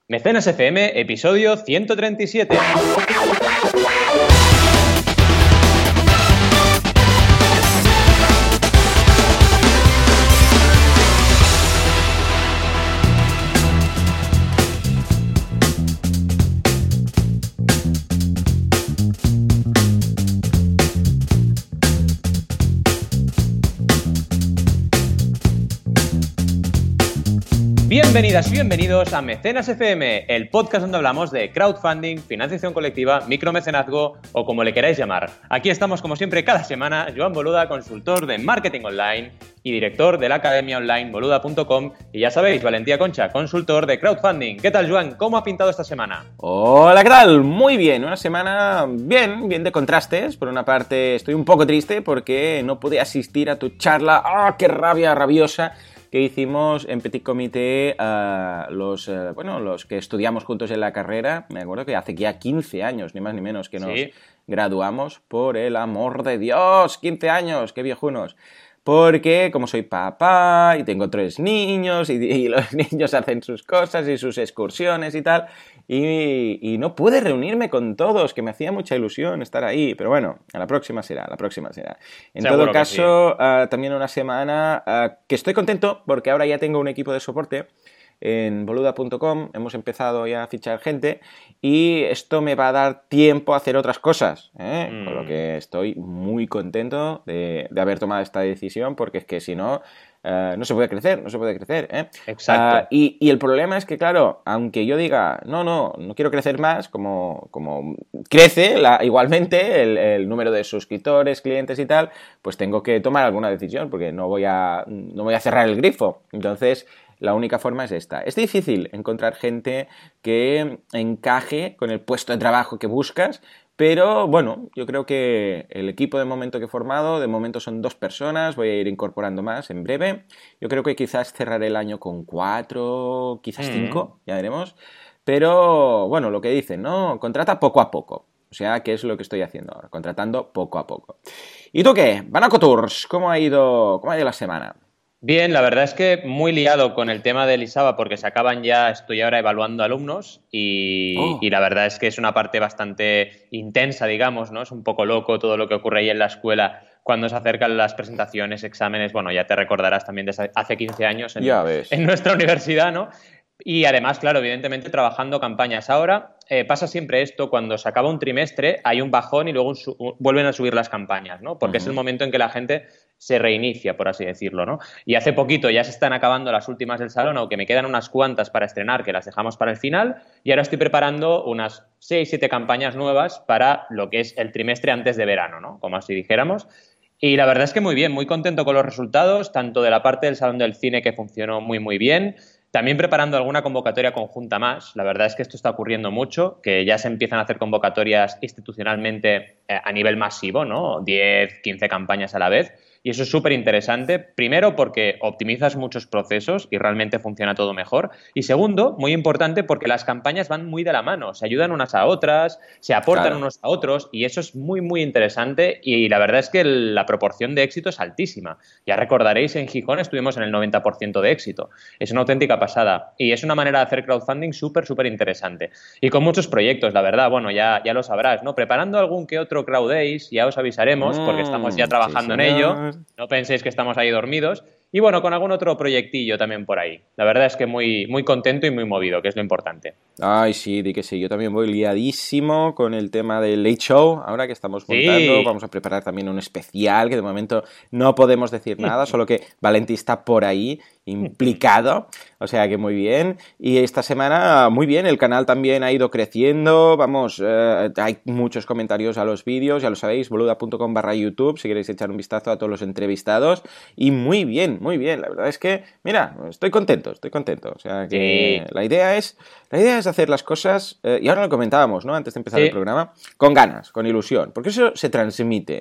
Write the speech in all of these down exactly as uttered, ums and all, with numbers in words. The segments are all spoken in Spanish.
Mecenas F M, episodio ciento treinta y siete. Bienvenidas y bienvenidos a Mecenas F M, el podcast donde hablamos de crowdfunding, financiación colectiva, micromecenazgo o como le queráis llamar. Aquí estamos como siempre cada semana, Joan Boluda, consultor de marketing online y director de la academia online boluda punto com, y ya sabéis, Valentía Concha, consultor de crowdfunding. ¿Qué tal, Joan? ¿Cómo ha pintado esta semana? Hola, ¿qué tal? Muy bien, una semana bien, bien de contrastes. Por una parte estoy un poco triste porque no pude asistir a tu charla, ¡ah, qué rabia rabiosa!, que hicimos en Petit Comité uh, los, uh, bueno, los que estudiamos juntos en la carrera. Me acuerdo que hace ya quince años, ni más ni menos, que nos ¿Sí? graduamos. Por el amor de Dios, quince años, qué viejunos. Porque como soy papá y tengo tres niños y, y los niños hacen sus cosas y sus excursiones y tal, y, y no pude reunirme con todos, que me hacía mucha ilusión estar ahí, pero bueno, a la próxima será, a la próxima será. En Seguro todo que caso, sí. uh, también una semana uh, que estoy contento porque ahora ya tengo un equipo de soporte. En boluda punto com hemos empezado ya a fichar gente y esto me va a dar tiempo a hacer otras cosas, ¿eh? Mm. Con lo que estoy muy contento de, de haber tomado esta decisión, porque es que si no, uh, no se puede crecer, no se puede crecer, ¿eh? Exacto. Uh, y, y el problema es que, claro, aunque yo diga, no, no, no quiero crecer más, como, como crece la, igualmente el, el número de suscriptores, clientes y tal, pues tengo que tomar alguna decisión, porque no voy a, no voy a cerrar el grifo. Entonces, la única forma es esta. Es difícil encontrar gente que encaje con el puesto de trabajo que buscas, pero bueno, yo creo que el equipo de momento que he formado, de momento son dos personas, voy a ir incorporando más en breve. Yo creo que quizás cerraré el año con cuatro, quizás cinco, ya veremos. Pero bueno, lo que dicen, ¿no? Contrata poco a poco. O sea, ¿qué es lo que estoy haciendo ahora? Contratando poco a poco. ¿Y tú qué? Banaco Tours, ¿cómo ha ido, cómo ha ido la semana? Bien, la verdad es que muy liado con el tema de Elisaba porque se acaban ya, estoy ahora evaluando alumnos y, oh. y la verdad es que es una parte bastante intensa, digamos, ¿no? Es un poco loco todo lo que ocurre ahí en la escuela cuando se acercan las presentaciones, exámenes. Bueno, ya te recordarás también de hace quince años en, ya ves. en nuestra universidad, ¿no? Y además, claro, evidentemente trabajando campañas. Ahora eh, pasa siempre esto, cuando se acaba un trimestre hay un bajón y luego un su- vuelven a subir las campañas, ¿no? Porque uh-huh. es el momento en que la gente se reinicia, por así decirlo, ¿no? Y hace poquito ya se están acabando las últimas del salón, aunque me quedan unas cuantas para estrenar, que las dejamos para el final, y ahora estoy preparando unas seis, siete campañas nuevas para lo que es el trimestre antes de verano, ¿no? Como así dijéramos. Y la verdad es que muy bien, muy contento con los resultados, tanto de la parte del Salón del Cine, que funcionó muy, muy bien, también preparando alguna convocatoria conjunta más. La verdad es que esto está ocurriendo mucho, que ya se empiezan a hacer convocatorias institucionalmente eh, a nivel masivo, ¿no? diez, quince campañas a la vez. Y eso es súper interesante, primero porque optimizas muchos procesos y realmente funciona todo mejor. Y segundo, muy importante, porque las campañas van muy de la mano, se ayudan unas a otras, se aportan claro. unos a otros, y eso es muy, muy interesante. Y la verdad es que la proporción de éxito es altísima. Ya recordaréis, en Gijón estuvimos en el noventa por ciento de éxito. Es una auténtica pasada. Y es una manera de hacer crowdfunding súper, súper interesante. Y con muchos proyectos, la verdad, bueno, ya, ya lo sabrás, ¿no? Preparando algún que otro Crowd Days, ya os avisaremos, porque estamos ya trabajando sí, en ello. No penséis que estamos ahí dormidos. Y bueno, con algún otro proyectillo también por ahí. La verdad es que muy, muy contento y muy movido, que es lo importante. Ay, sí, di que sí. Yo también voy liadísimo con el tema del Late Show. Ahora que estamos montando, sí. vamos a preparar también un especial, que de momento no podemos decir nada, solo que Valentí está por ahí, implicado. O sea que muy bien. Y esta semana, muy bien, el canal también ha ido creciendo. Vamos, eh, hay muchos comentarios a los vídeos, ya lo sabéis, boluda punto com barra YouTube, si queréis echar un vistazo a todos los entrevistados. Y muy bien, muy bien. La verdad es que, mira, estoy contento, estoy contento. O sea que sí. la idea es, la idea es hacer las cosas, eh, y ahora lo comentábamos, ¿no? Antes de empezar sí. el programa, con ganas, con ilusión, porque eso se transmite.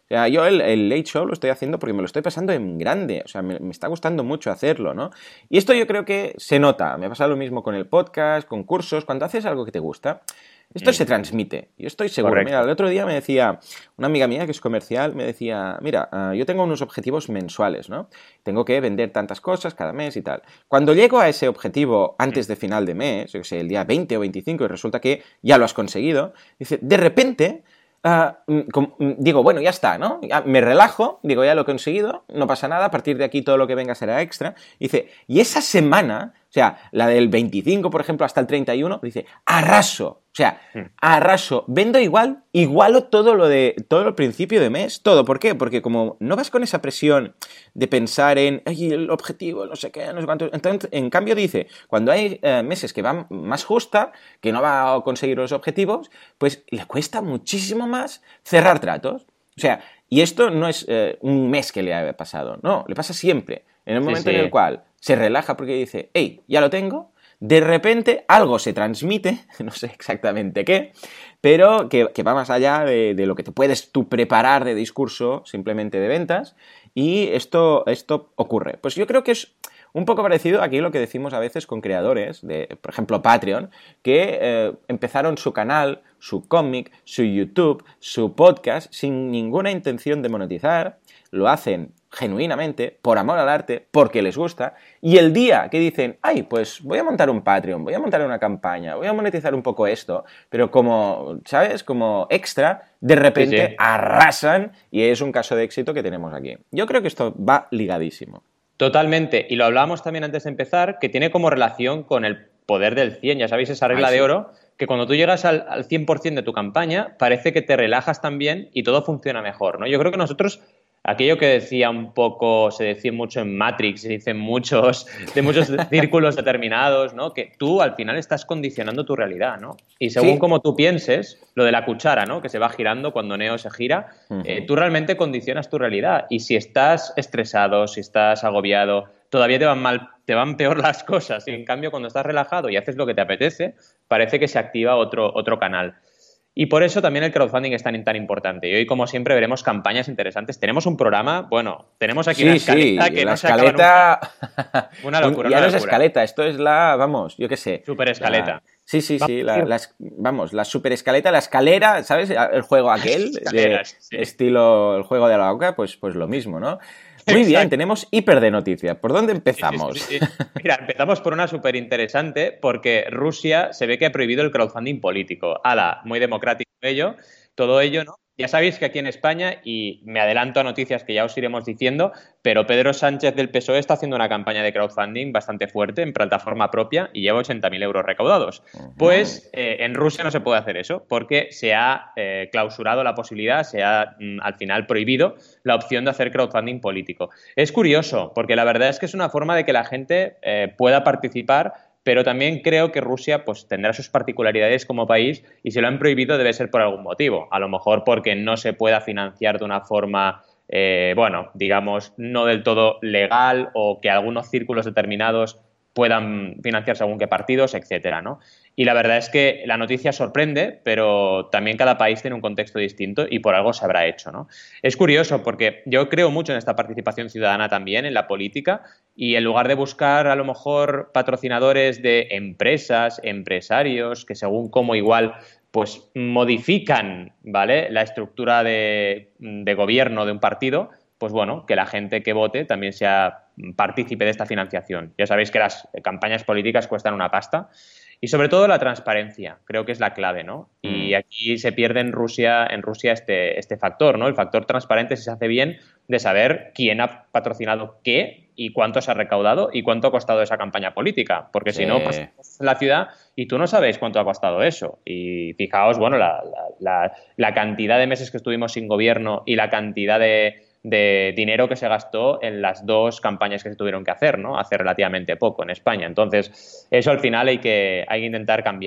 O sea, yo el, el Late Show lo estoy haciendo porque me lo estoy pasando en grande. O sea, me, me está gustando mucho hacerlo, ¿no? Y esto yo creo que se nota. Me pasa lo mismo con el podcast, con cursos. Cuando haces algo que te gusta, esto mm. se transmite. Yo estoy seguro. Correcto. Mira, el otro día me decía una amiga mía que es comercial, me decía, mira, uh, yo tengo unos objetivos mensuales, ¿no? Tengo que vender tantas cosas cada mes y tal. Cuando llego a ese objetivo antes de final de mes, yo que sé, el día veinte o veinticinco, y resulta que ya lo has conseguido, dice, de repente... Uh, com, digo, bueno, ya está, ¿no? Ya me relajo, digo, ya lo he conseguido, no pasa nada, a partir de aquí todo lo que venga será extra. Y dice, y esa semana, o sea, la del veinticinco, por ejemplo, hasta el treinta y uno, dice, arraso. O sea, arraso, vendo igual, igualo todo lo de todo el principio de mes, todo. ¿Por qué? Porque como no vas con esa presión de pensar en, ay, el objetivo, no sé qué, no sé cuánto. Entonces, en cambio dice, cuando hay eh, meses que van más justa, que no va a conseguir los objetivos, pues le cuesta muchísimo más cerrar tratos. O sea, y esto no es eh, un mes que le ha pasado, no, le pasa siempre. En el momento sí, sí. en el cual se relaja porque dice, hey, ya lo tengo, de repente algo se transmite, no sé exactamente qué, pero que, que va más allá de, de lo que te puedes tú preparar de discurso, simplemente de ventas, y esto, esto ocurre. Pues yo creo que es un poco parecido aquí a lo que decimos a veces con creadores, de, por ejemplo, Patreon, que eh, empezaron su canal, su cómic, su YouTube, su podcast, sin ninguna intención de monetizar, lo hacen genuinamente, por amor al arte, porque les gusta, y el día que dicen, ay, pues voy a montar un Patreon, voy a montar una campaña, voy a monetizar un poco esto, pero como, ¿sabes? Como extra, de repente sí, sí. arrasan, y es un caso de éxito que tenemos aquí. Yo creo que esto va ligadísimo. Totalmente, y lo hablábamos también antes de empezar, que tiene como relación con el poder del cien, ya sabéis esa regla Ay, sí. de oro, que cuando tú llegas al, al cien por ciento de tu campaña, parece que te relajas también y todo funciona mejor, ¿no? Yo creo que nosotros... Aquello que decía un poco, se decía mucho en Matrix, se dicen muchos, de muchos círculos determinados, ¿no? Que tú al final estás condicionando tu realidad, ¿no? Y según sí. como tú pienses, lo de la cuchara, ¿no? Que se va girando cuando Neo se gira, uh-huh. eh, tú realmente condicionas tu realidad. Y si estás estresado, si estás agobiado, todavía te van mal, te van peor las cosas. Y en cambio, cuando estás relajado y haces lo que te apetece, parece que se activa otro, otro canal. Y por eso también el crowdfunding es tan, tan importante. Y hoy, como siempre, veremos campañas interesantes. Tenemos un programa, bueno, tenemos aquí sí, una escaleta sí, que la no escaleta... se acaba nunca. Una locura, Ya una no es locura. escaleta, esto es la, vamos, yo qué sé. Super escaleta. La... Sí, sí, sí, la, la, vamos, la super escaleta, la escalera, ¿sabes? El juego aquel, de sí. estilo el juego de la oca, pues, pues lo mismo, ¿no? Muy Exacto. bien, tenemos hiper de noticias. ¿Por dónde empezamos? Sí, sí, sí. Mira, empezamos por una súper interesante porque Rusia se ve que ha prohibido el crowdfunding político. ¡Hala! Muy democrático ello, todo ello, ¿no? Ya sabéis que aquí en España, y me adelanto a noticias que ya os iremos diciendo, pero Pedro Sánchez del P S O E está haciendo una campaña de crowdfunding bastante fuerte en plataforma propia y lleva ochenta mil euros recaudados. Uh-huh. Pues eh, en Rusia no se puede hacer eso porque se ha eh, clausurado la posibilidad, se ha mm, al final prohibido la opción de hacer crowdfunding político. Es curioso porque la verdad es que es una forma de que la gente eh, pueda participar, pero también creo que Rusia pues, tendrá sus particularidades como país y si lo han prohibido debe ser por algún motivo. A lo mejor porque no se pueda financiar de una forma, eh, bueno, digamos, no del todo legal o que algunos círculos determinados puedan financiar según qué partidos, etcétera, ¿no? Y la verdad es que la noticia sorprende, pero también cada país tiene un contexto distinto y por algo se habrá hecho, ¿no? Es curioso porque yo creo mucho en esta participación ciudadana también, en la política, y en lugar de buscar a lo mejor patrocinadores de empresas, empresarios, que según cómo igual pues modifican, ¿vale?, la estructura de, de gobierno de un partido, pues bueno, que la gente que vote también sea partícipe de esta financiación. Ya sabéis que las campañas políticas cuestan una pasta y sobre todo la transparencia, creo que es la clave, ¿no? Mm. Y aquí se pierde en Rusia, en Rusia este, este factor, ¿no? El factor transparente, si se hace bien, de saber quién ha patrocinado qué y cuánto se ha recaudado y cuánto ha costado esa campaña política, porque sí. si no, pues en la ciudad y tú no sabes cuánto ha costado eso. Y fijaos, bueno, la, la, la, la cantidad de meses que estuvimos sin gobierno y la cantidad de de dinero que se gastó en las dos campañas que se tuvieron que hacer, ¿no? Hace relativamente poco en España. Entonces, eso al final hay que, hay que intentar cambiarlo.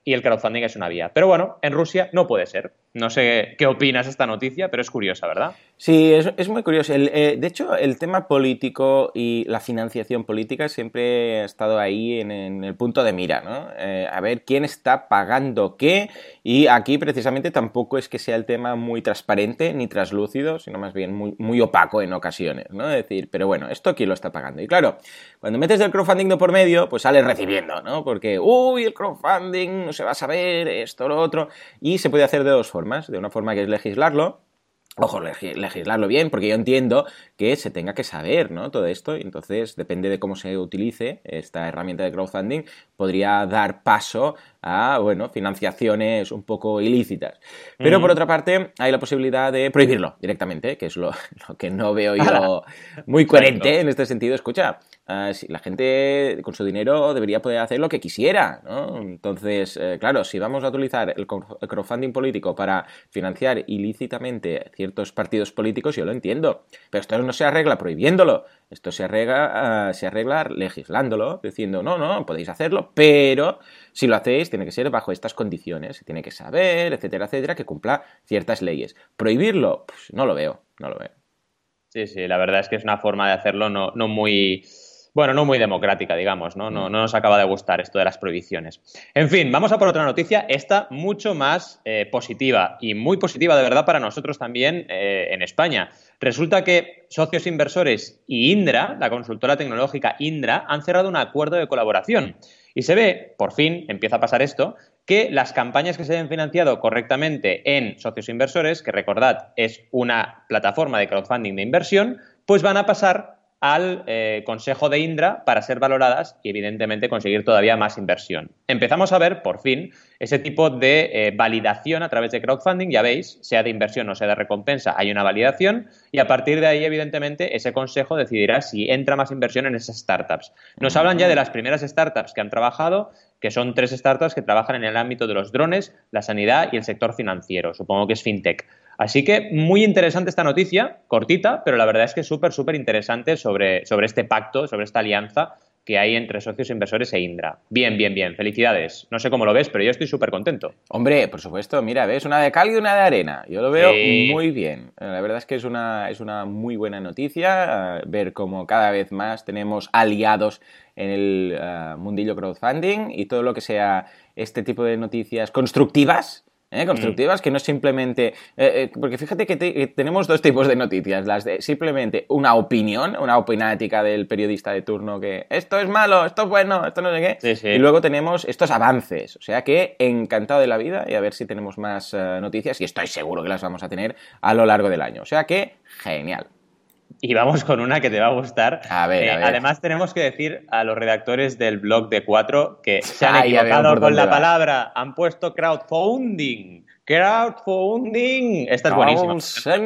y el crowdfunding es una vía. Pero bueno, en Rusia no puede ser. No sé qué opinas de esta noticia, pero es curiosa, ¿verdad? Sí, es, es muy curioso. El, eh, de hecho, el tema político y la financiación política siempre ha estado ahí en, en el punto de mira, ¿no? Eh, a ver quién está pagando qué, y aquí precisamente tampoco es que sea el tema muy transparente ni traslúcido, sino más bien muy, muy opaco en ocasiones, ¿no? Es decir, pero bueno, ¿esto quién lo está pagando? Y claro, cuando metes el crowdfunding de por medio, pues sales recibiendo, ¿no? Porque, uy, el crowdfunding, no se va a saber, esto, lo otro, y se puede hacer de dos formas. De una forma que es legislarlo. Ojo, legislarlo bien, porque yo entiendo que se tenga que saber, ¿no? Todo esto, y entonces depende de cómo se utilice esta herramienta de crowdfunding, podría dar paso a, bueno, financiaciones un poco ilícitas. Pero, mm. por otra parte, hay la posibilidad de prohibirlo directamente, que es lo, lo que no veo yo muy coherente en este sentido. Escucha, uh, si la gente con su dinero debería poder hacer lo que quisiera, ¿no? Entonces, eh, claro, si vamos a utilizar el crowdfunding político para financiar ilícitamente ciertos partidos políticos, yo lo entiendo, pero esto no se arregla prohibiéndolo, esto se arregla, uh, se arregla legislándolo, diciendo, no, no, podéis hacerlo, pero si lo hacéis tiene que ser bajo estas condiciones, se tiene que saber, etcétera, etcétera, que cumpla ciertas leyes. Prohibirlo, pues no lo veo, no lo veo. Sí, sí, la verdad es que es una forma de hacerlo no, no muy... Bueno, no muy democrática, digamos, ¿no? No, no nos acaba de gustar esto de las prohibiciones. En fin, vamos a por otra noticia, esta mucho más eh, positiva y muy positiva de verdad para nosotros también eh, en España. Resulta que socios inversores y Indra, la consultora tecnológica Indra, han cerrado un acuerdo de colaboración. Y se ve, por fin, empieza a pasar esto, que las campañas que se hayan financiado correctamente en socios inversores, que recordad es una plataforma de crowdfunding de inversión, pues van a pasar al eh, consejo de Indra para ser valoradas y evidentemente conseguir todavía más inversión. Empezamos a ver, por fin, ese tipo de eh, validación a través de crowdfunding, ya veis, sea de inversión o sea de recompensa, hay una validación y a partir de ahí, evidentemente, ese consejo decidirá si entra más inversión en esas startups. Nos hablan ya de las primeras startups que han trabajado, que son tres startups que trabajan en el ámbito de los drones, la sanidad y el sector financiero, supongo que es fintech. Así que muy interesante esta noticia, cortita, pero la verdad es que es súper, súper interesante sobre, sobre este pacto, sobre esta alianza que hay entre socios inversores e Indra. Bien, bien, bien, felicidades. No sé cómo lo ves, pero yo estoy súper contento. Hombre, por supuesto, mira, ves, una de cal y una de arena. Yo lo veo sí. muy bien. La verdad es que es una, es una muy buena noticia, uh, ver cómo cada vez más tenemos aliados en el uh, mundillo crowdfunding y todo lo que sea este tipo de noticias constructivas. ¿Eh? Constructivas, mm. que no es simplemente... Eh, eh, porque fíjate que, te, que tenemos dos tipos de noticias. Las de simplemente una opinión, una opinática del periodista de turno que esto es malo, esto es bueno, esto no sé qué. Sí, sí. Y luego tenemos estos avances. O sea que encantado de la vida y a ver si tenemos más uh, noticias y estoy seguro que las vamos a tener a lo largo del año. O sea que genial. Y vamos con una que te va a gustar. A ver, eh, a ver. Además, tenemos que decir a los redactores del blog de Cuatro que se han Ay, equivocado con la va. palabra. Han puesto crowdfunding. Crowdfunding. Esta es buenísima.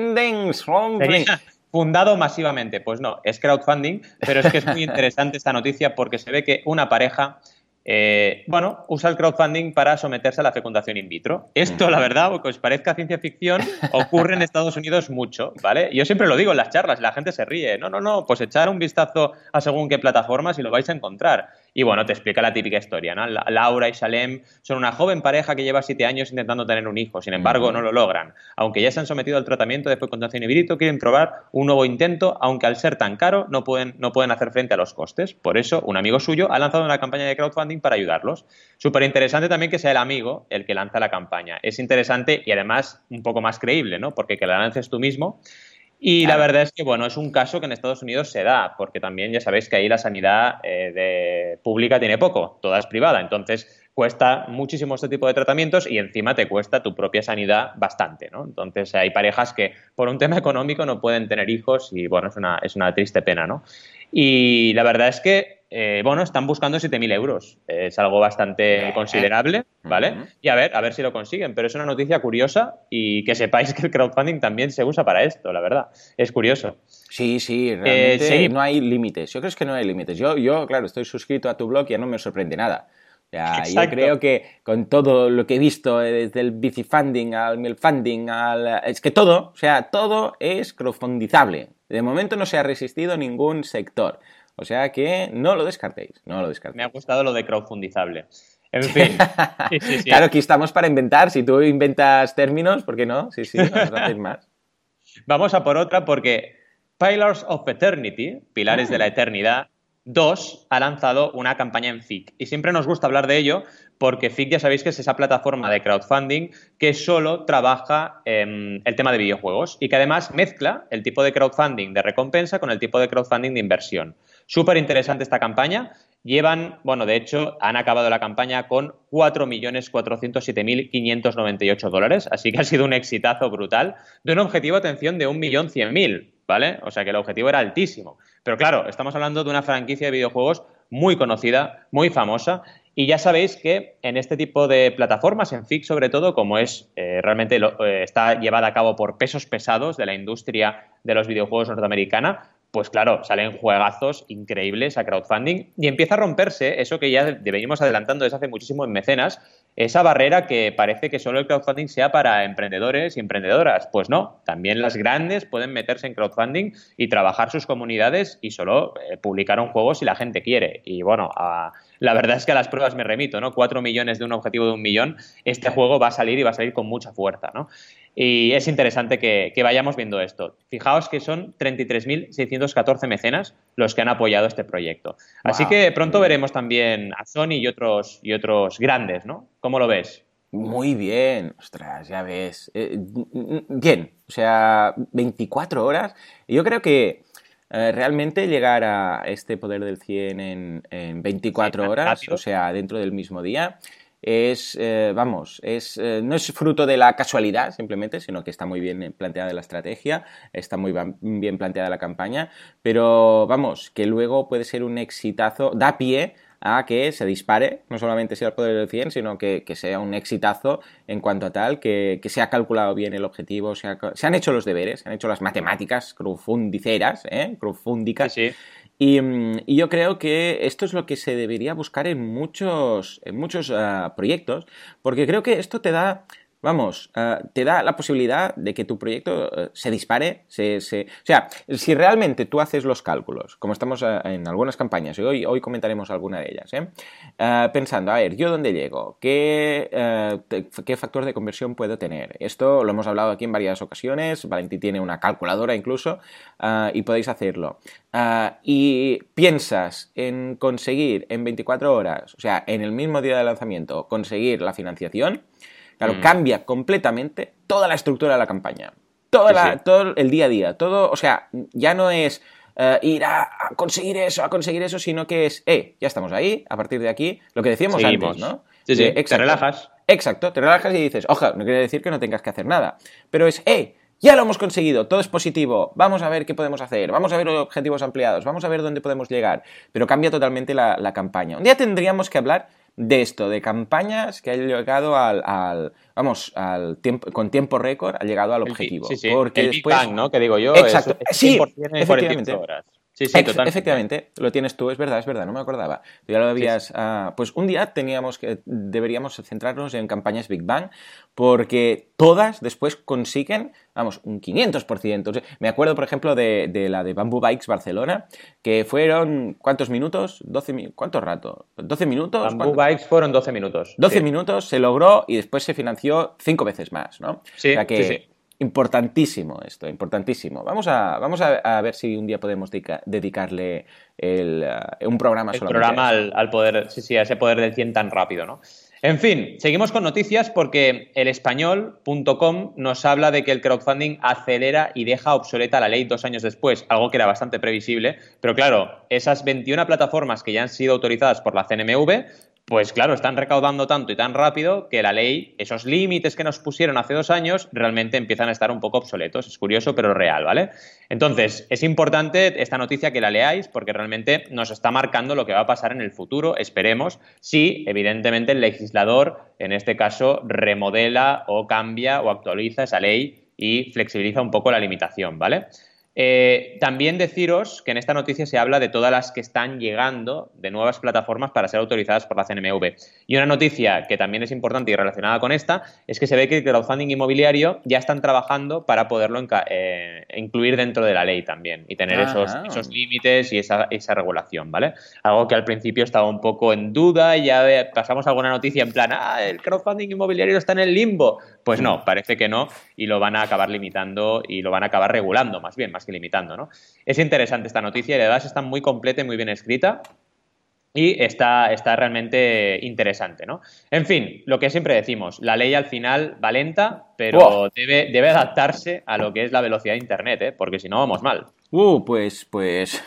Sería fundado masivamente. Pues no, es crowdfunding, pero es que es muy interesante esta noticia porque se ve que una pareja... Eh, bueno, usa el crowdfunding para someterse a la fecundación in vitro. Esto, la verdad, aunque os parezca ciencia ficción, ocurre en Estados Unidos mucho, ¿vale? Yo siempre lo digo en las charlas, la gente se ríe. No, no, no, pues echar un vistazo a según qué plataformas y lo vais a encontrar. Y bueno, te explica la típica historia, ¿no? Laura y Salem son una joven pareja que lleva siete años intentando tener un hijo, sin embargo, uh-huh. no lo logran. Aunque ya se han sometido al tratamiento de fecundación in vitro, quieren probar un nuevo intento, aunque al ser tan caro no pueden, no pueden hacer frente a los costes. Por eso, un amigo suyo ha lanzado una campaña de crowdfunding para ayudarlos. Súper interesante también que sea el amigo el que lanza la campaña. Es interesante y además un poco más creíble, ¿no? Porque que la lances tú mismo. Y claro. La verdad es que, bueno, es un caso que en Estados Unidos se da, porque también ya sabéis que ahí la sanidad eh, de pública tiene poco, toda es privada. Entonces, cuesta muchísimo este tipo de tratamientos y encima te cuesta tu propia sanidad bastante, ¿no? Entonces, hay parejas que por un tema económico no pueden tener hijos y, bueno, es una, es una triste pena, ¿no? Y la verdad es que, eh, bueno, están buscando siete mil euros. Es algo bastante considerable, ¿vale? Y a ver, a ver si lo consiguen. Pero es una noticia curiosa y que sepáis que el crowdfunding también se usa para esto, la verdad. Es curioso. Sí, sí, realmente eh, no hay límites. Yo creo que no hay límites. Yo, yo, claro, estoy suscrito a tu blog y ya no me sorprende nada. O sea, yo creo que con todo lo que he visto, desde el bicifunding al milfunding, al... es que todo, o sea, todo es crowdfundizable. De momento no se ha resistido ningún sector. O sea que no lo descartéis, no lo descartéis. Me ha gustado lo de crowdfundizable. En fin. Sí, sí, sí. Claro, aquí estamos para inventar. Si tú inventas términos, ¿por qué no? Sí, sí, vamos a hacer más. Vamos a por otra porque Pillars of Eternity, Pilares de la Mm. Eternidad, dos ha lanzado una campaña en F I C. Y siempre nos gusta hablar de ello porque F I C ya sabéis que es esa plataforma de crowdfunding que solo trabaja eh, el tema de videojuegos y que además mezcla el tipo de crowdfunding de recompensa con el tipo de crowdfunding de inversión. Súper interesante esta campaña. Llevan, bueno, de hecho, han acabado la campaña con cuatro millones cuatrocientos siete mil quinientos noventa y ocho dólares, así que ha sido un exitazo brutal, de un objetivo, atención, de un millón cien mil, ¿vale? O sea que el objetivo era altísimo. Pero claro, estamos hablando de una franquicia de videojuegos muy conocida, muy famosa, y ya sabéis que en este tipo de plataformas, en F I C sobre todo, como es eh, realmente lo, eh, está llevada a cabo por pesos pesados de la industria de los videojuegos norteamericana, pues claro, salen juegazos increíbles a crowdfunding y empieza a romperse eso que ya venimos adelantando desde hace muchísimo en Mecenas, esa barrera que parece que solo el crowdfunding sea para emprendedores y emprendedoras. Pues no, también las grandes pueden meterse en crowdfunding y trabajar sus comunidades y solo eh, publicar un juego si la gente quiere. Y bueno, a, la verdad es que a las pruebas me remito, ¿no? Cuatro millones de un objetivo de un millón, este juego va a salir y va a salir con mucha fuerza, ¿no? Y es interesante que, que vayamos viendo esto. Fijaos que son treinta y tres mil seiscientos catorce mecenas los que han apoyado este proyecto. Así Wow. que pronto veremos también a Sony y otros, y otros grandes, ¿no? ¿Cómo lo ves? Muy bien, ostras, ya ves. Eh, bien, o sea, veinticuatro horas. Yo creo que eh, realmente llegar a este poder del cien en, en veinticuatro Sí, horas, rápido. o sea, dentro del mismo día, es, eh, vamos, es, eh, no es fruto de la casualidad simplemente, sino que está muy bien planteada la estrategia, está muy bien planteada la campaña, pero vamos, que luego puede ser un exitazo, da pie a que se dispare, no solamente sea el poder del cien, sino que, que sea un exitazo en cuanto a tal, que, que se ha calculado bien el objetivo, se, ha, se han hecho los deberes, se han hecho las matemáticas crowdfundiceras, ¿eh? crowdfundicas, Sí, sí. y, y yo creo que esto es lo que se debería buscar en muchos, en muchos uh, proyectos, porque creo que esto te da... Vamos, uh, te da la posibilidad de que tu proyecto uh, se dispare, se, se... o sea, si realmente tú haces los cálculos, como estamos uh, en algunas campañas, y hoy, hoy comentaremos alguna de ellas, ¿eh? Uh, pensando, a ver, ¿yo dónde llego? ¿Qué, uh, te, ¿Qué factor de conversión puedo tener? Esto lo hemos hablado aquí en varias ocasiones, Valentín tiene una calculadora incluso, uh, y podéis hacerlo. Uh, y piensas en conseguir en veinticuatro horas, o sea, en el mismo día de lanzamiento, conseguir la financiación. Claro, mm. cambia completamente toda la estructura de la campaña. Toda Sí, la, sí. todo el día a día. Todo, o sea, ya no es uh, ir a, a conseguir eso, a conseguir eso, sino que es, eh, ya estamos ahí, a partir de aquí, lo que decíamos Seguimos. antes, ¿no? Sí, sí, de, exacto, te relajas. Exacto, te relajas y dices, ojo, no quiere decir que no tengas que hacer nada, pero es, eh, ya lo hemos conseguido, todo es positivo, vamos a ver qué podemos hacer, vamos a ver objetivos ampliados, vamos a ver dónde podemos llegar, pero cambia totalmente la, la campaña. Un día tendríamos que hablar de esto, de campañas que han llegado al, al vamos, al tiempo, con tiempo récord, ha llegado al objetivo. Sí, sí. Porque el después... Big Bang, ¿no? Que digo yo, exacto, es, es sí, cien por ciento en efectivamente. cuarenta y ocho horas. Sí, sí, Ex totalmente. Efectivamente, lo tienes tú, es verdad, es verdad, no me acordaba. Tú ya lo habías... Sí, sí. Uh, pues un día teníamos que, deberíamos centrarnos en campañas Big Bang, porque todas después consiguen, vamos, un quinientos por ciento. O sea, me acuerdo, por ejemplo, de, de la de Bamboo Bikes Barcelona, que fueron, ¿cuántos minutos? doce, ¿cuánto rato? ¿doce minutos? Bamboo Bikes fueron doce minutos. doce sí. minutos, se logró y después se financió cinco veces más, ¿no? Sí, o sea que, sí, sí. Importantísimo esto, importantísimo. Vamos a, vamos a, a ver si un día podemos dedica, dedicarle el, uh, un programa el solamente programa a al, al poder, sí, sí, a ese poder del cien tan rápido, ¿no? En fin, seguimos con noticias porque el español punto com nos habla de que el crowdfunding acelera y deja obsoleta la ley dos años después, algo que era bastante previsible, pero claro, esas veintiuna plataformas que ya han sido autorizadas por la C N M V, pues claro, están recaudando tanto y tan rápido que la ley, esos límites que nos pusieron hace dos años, realmente empiezan a estar un poco obsoletos. Es curioso, pero real, ¿vale? Entonces, es importante esta noticia que la leáis porque realmente nos está marcando lo que va a pasar en el futuro, esperemos, si evidentemente el legislador, en este caso, remodela o cambia o actualiza esa ley y flexibiliza un poco la limitación, ¿vale? Eh, también deciros que en esta noticia se habla de todas las que están llegando de nuevas plataformas para ser autorizadas por la C N M V. Y una noticia que también es importante y relacionada con esta es que se ve que el crowdfunding inmobiliario ya están trabajando para poderlo eh, incluir dentro de la ley también y tener esos, esos límites y esa, esa regulación, ¿vale? Algo que al principio estaba un poco en duda y ya pasamos alguna noticia en plan, ah, el crowdfunding inmobiliario está en el limbo. Pues no, parece que no y lo van a acabar limitando y lo van a acabar regulando más bien, más que limitando, ¿no? Es interesante esta noticia y además está muy completa y muy bien escrita y está, está realmente interesante, ¿no? En fin, lo que siempre decimos, la ley al final va lenta, pero wow. debe, debe adaptarse a lo que es la velocidad de Internet, ¿eh? Porque si no vamos mal. Uh, pues, pues,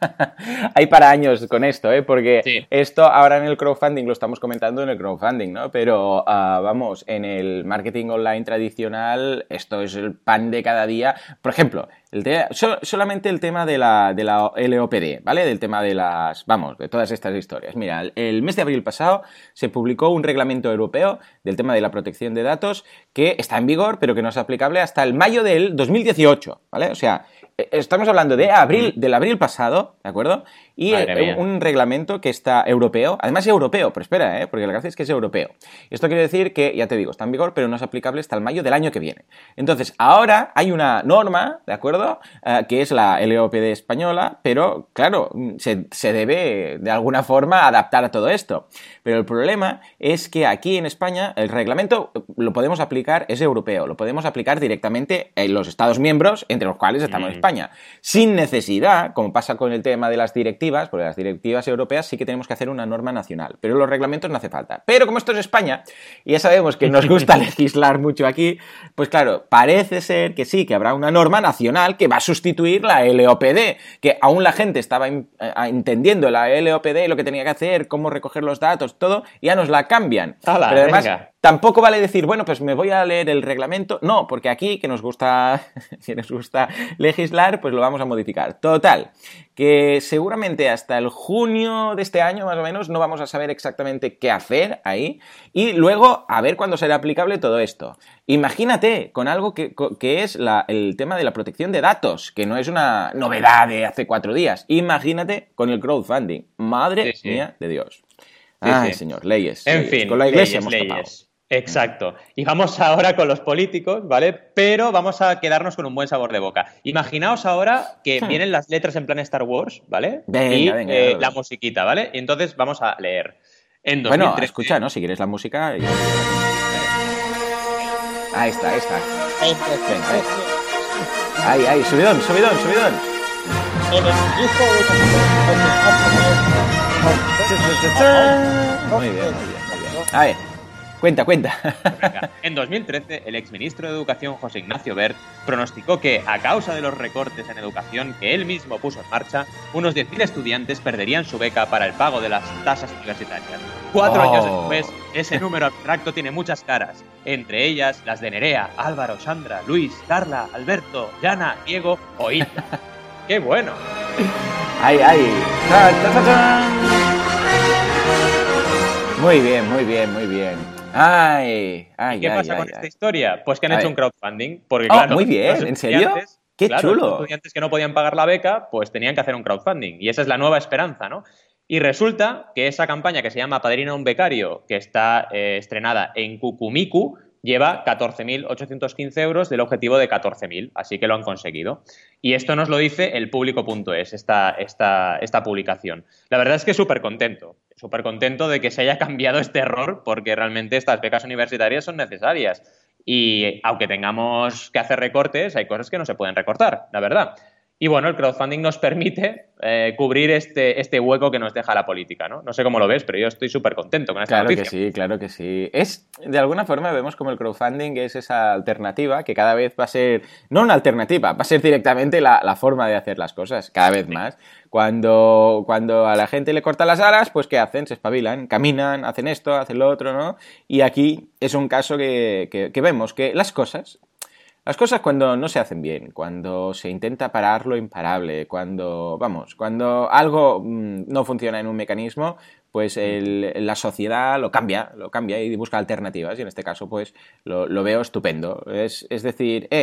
hay para años con esto, ¿eh? Porque sí. Esto ahora en el crowdfunding, lo estamos comentando en el crowdfunding, ¿no? Pero, uh, vamos, en el marketing online tradicional, esto es el pan de cada día. Por ejemplo, el te- so- solamente el tema de la, de la L O P D, ¿vale? Del tema de las, vamos, de todas estas historias. Mira, el, el mes de abril pasado se publicó un reglamento europeo del tema de la protección de datos que está en vigor, pero que no es aplicable hasta el mayo del dos mil dieciocho, ¿vale? O sea, estamos hablando de abril, del abril pasado, ¿de acuerdo? Y un, un reglamento que está europeo, además es europeo, pero espera, ¿eh? Porque la gracia es que es europeo. Esto quiere decir que, ya te digo, está en vigor, pero no es aplicable hasta el mayo del año que viene. Entonces, ahora hay una norma, ¿de acuerdo? Uh, que es la L O P D española, pero, claro, se, se debe, de alguna forma, adaptar a todo esto. Pero el problema es que aquí en España el reglamento lo podemos aplicar, es europeo, lo podemos aplicar directamente en los Estados miembros, entre los cuales estamos mm. España, sin necesidad, como pasa con el tema de las directivas, porque las directivas europeas sí que tenemos que hacer una norma nacional, pero los reglamentos no hace falta. Pero como esto es España, y ya sabemos que nos gusta legislar mucho aquí, pues claro, parece ser que sí, que habrá una norma nacional que va a sustituir la L O P D, que aún la gente estaba in- entendiendo la L O P D, lo que tenía que hacer, cómo recoger los datos, todo, y ya nos la cambian. ¡Hala, pero además, venga! Tampoco vale decir, bueno, pues me voy a leer el reglamento. No, porque aquí, que nos gusta, si nos gusta legislar, pues lo vamos a modificar. Total, que seguramente hasta el junio de este año, más o menos, no vamos a saber exactamente qué hacer ahí. Y luego, a ver cuándo será aplicable todo esto. Imagínate con algo que, que es la, el tema de la protección de datos, que no es una novedad de hace cuatro días. Imagínate con el crowdfunding. Madre sí, sí. mía de Dios. Sí, Ay, sí. señor, leyes. En leyes. fin, con la iglesia leyes, hemos leyes. Exacto. Y vamos ahora con los políticos, ¿vale? Pero vamos a quedarnos con un buen sabor de boca. Imaginaos ahora que hmm. vienen las letras en plan Star Wars, ¿vale? Venga, y venga, eh, venga. la musiquita, ¿vale? Y entonces vamos a leer. En dos mil trece... Bueno, escucha, ¿no? Si quieres la música... Yo... Ahí está, ahí está. Venga, ahí. Ahí, ahí, subidón, subidón, subidón. Muy bien, muy bien, muy bien. A ver, cuenta, cuenta. Venga. En dos mil trece, el exministro de Educación, José Ignacio Wert, pronosticó que, a causa de los recortes en educación que él mismo puso en marcha, unos diez mil estudiantes perderían su beca para el pago de las tasas universitarias. Cuatro oh. años después, ese número abstracto tiene muchas caras, entre ellas las de Nerea, Álvaro, Sandra, Luis, Carla, Alberto, Yana, Diego o Ita. ¡Qué bueno! ¡Ay, ay! ¡Ta, ta, ta, ta! Muy bien, muy bien, muy bien. ¡Ay! ay ¿Y qué ay, pasa ay, con ay. esta historia? Pues que han A hecho ver. un crowdfunding. Porque, Oh, claro, muy bien, ¿en serio? ¡Qué claro, chulo! Los estudiantes que no podían pagar la beca, pues tenían que hacer un crowdfunding. Y esa es la nueva esperanza, ¿no? Y resulta que esa campaña que se llama Padrina un becario, que está eh, estrenada en Cucumicu, lleva catorce mil ochocientos quince euros del objetivo de catorce mil, así que lo han conseguido. Y esto nos lo dice el público punto es, esta, esta, esta publicación. La verdad es que súper contento, súper contento de que se haya cambiado este error, porque realmente estas becas universitarias son necesarias. Y aunque tengamos que hacer recortes, hay cosas que no se pueden recortar, la verdad. Y bueno, el crowdfunding nos permite eh, cubrir este, este hueco que nos deja la política, ¿no? No sé cómo lo ves, pero yo estoy súper contento con esta Claro noticia. que sí, claro que sí. Es, de alguna forma vemos como el crowdfunding es esa alternativa que cada vez va a ser, no una alternativa, va a ser directamente la, la forma de hacer las cosas, cada vez más. Cuando, cuando a la gente le cortan las alas, pues ¿qué hacen? Se espabilan, caminan, hacen esto, hacen lo otro, ¿no? Y aquí es un caso que, que, que vemos que las cosas... Las cosas cuando no se hacen bien, cuando se intenta parar lo imparable, cuando, vamos, cuando algo mmm, no funciona en un mecanismo, pues el, la sociedad lo cambia, lo cambia y busca alternativas. Y en este caso, pues, lo, lo veo estupendo. Es, es decir, eh,